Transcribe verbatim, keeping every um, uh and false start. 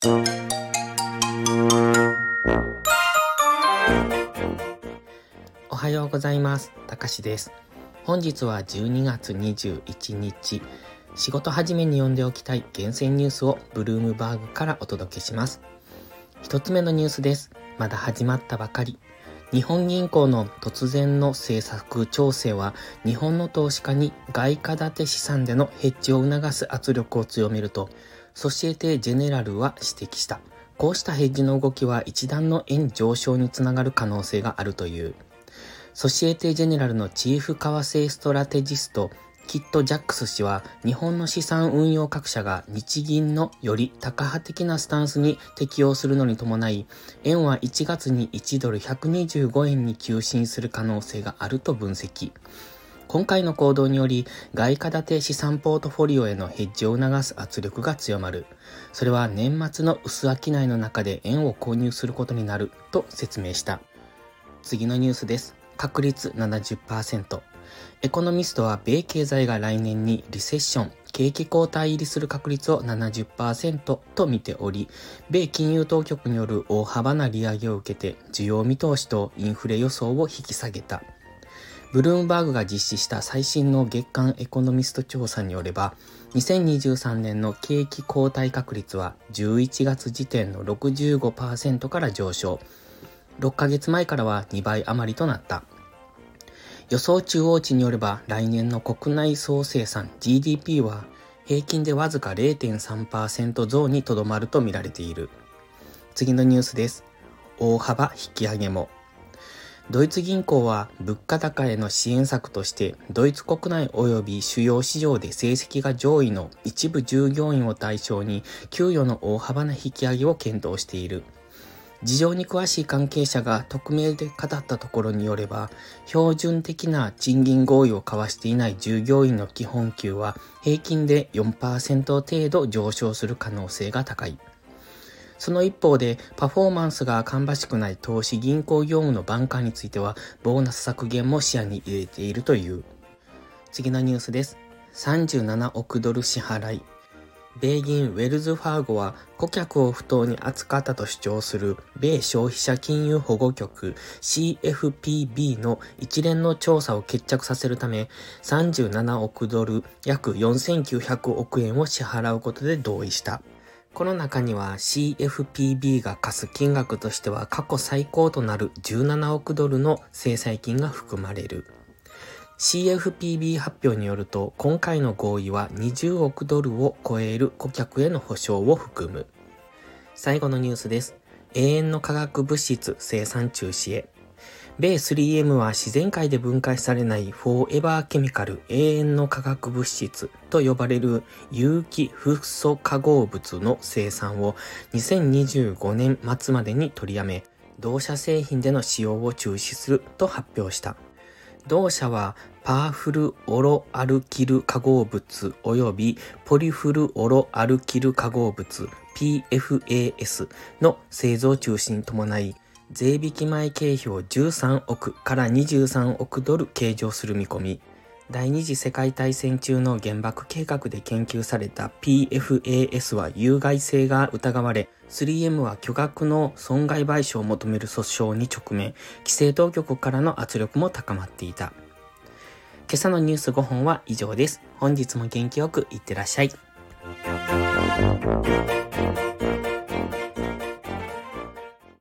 おはようございます。たかしです。本日はじゅうにがつにじゅういちにち、仕事始めに読んでおきたい厳選ニュースをブルームバーグからお届けします。一つ目のニュースです。まだ始まったばかり。日本銀行の突然の政策調整は日本の投資家に外貨建て資産でのヘッジを促す圧力を強めるとソシエテ・ジェネラルは指摘した。こうしたヘッジの動きは一段の円上昇につながる可能性があるという。ソシエテ・ジェネラルのチーフ為替ストラテジストキット・ジャックス氏は、日本の資産運用各社が日銀のよりタカ派的なスタンスに適応するのに伴い、円はいちがつにいちドルひゃくにじゅうごえんに急進する可能性があると分析。今回の行動により、外貨建て資産ポートフォリオへのヘッジを促す圧力が強まる。それは年末の薄商いの中で円を購入することになると説明した。次のニュースです。確率 ななじゅっパーセント。エコノミストは米経済が来年にリセッション、景気後退入りする確率を ななじゅっパーセント と見ており、米金融当局による大幅な利上げを受けて需要見通しとインフレ予想を引き下げた。ブルームバーグが実施した最新の月間エコノミスト調査によれば、にせんにじゅうさんねんの景気後退確率はじゅういちがつ時点の ろくじゅうごパーセント から上昇。ろっかげつまえからはにばい余りとなった。予想中央値によれば来年の国内総生産 ジーディーピー は平均でわずか れいてんさんパーセント 増にとどまると見られている。次のニュースです。大幅引き上げも。ドイツ銀行は物価高への支援策としてドイツ国内及び主要市場で成績が上位の一部従業員を対象に給与の大幅な引き上げを検討している。事情に詳しい関係者が匿名で語ったところによれば、標準的な賃金合意を交わしていない従業員の基本給は平均で よんパーセント 程度上昇する可能性が高い。その一方で、パフォーマンスが芳しくない投資銀行業務の挽回については、ボーナス削減も視野に入れているという。次のニュースです。さんじゅうななおくドル支払い。米銀ウェルズファーゴは顧客を不当に扱ったと主張する米消費者金融保護局 シーエフピービー の一連の調査を決着させるためさんじゅうななおくドル約よんせんきゅうひゃくおくえんを支払うことで同意した。この中には シーエフピービー が課す金額としては過去最高となるじゅうななおくドルの制裁金が含まれる。シーエフピービー 発表によると、今回の合意はにじゅうおくドルを超える顧客への保証を含む。最後のニュースです。永遠の化学物質生産中止へ。米 スリーエム は自然界で分解されないフォーエバーケミカル永遠の化学物質と呼ばれる有機フッ素化合物の生産をにせんにじゅうごねんまつまでに取りやめ、同社製品での使用を中止すると発表した。同社はパーフルオロアルキル化合物及びポリフルオロアルキル化合物 ピーエフエーエス の製造中止に伴い、税引き前経費をじゅうさんおくからにじゅうさんおくドル計上する見込み。第二次世界大戦中の原爆計画で研究された ピーエフエーエス は有害性が疑われ、スリーエム は巨額の損害賠償を求める訴訟に直面、規制当局からの圧力も高まっていた。今朝のニュースごほんは以上です。本日も元気よくいってらっしゃい。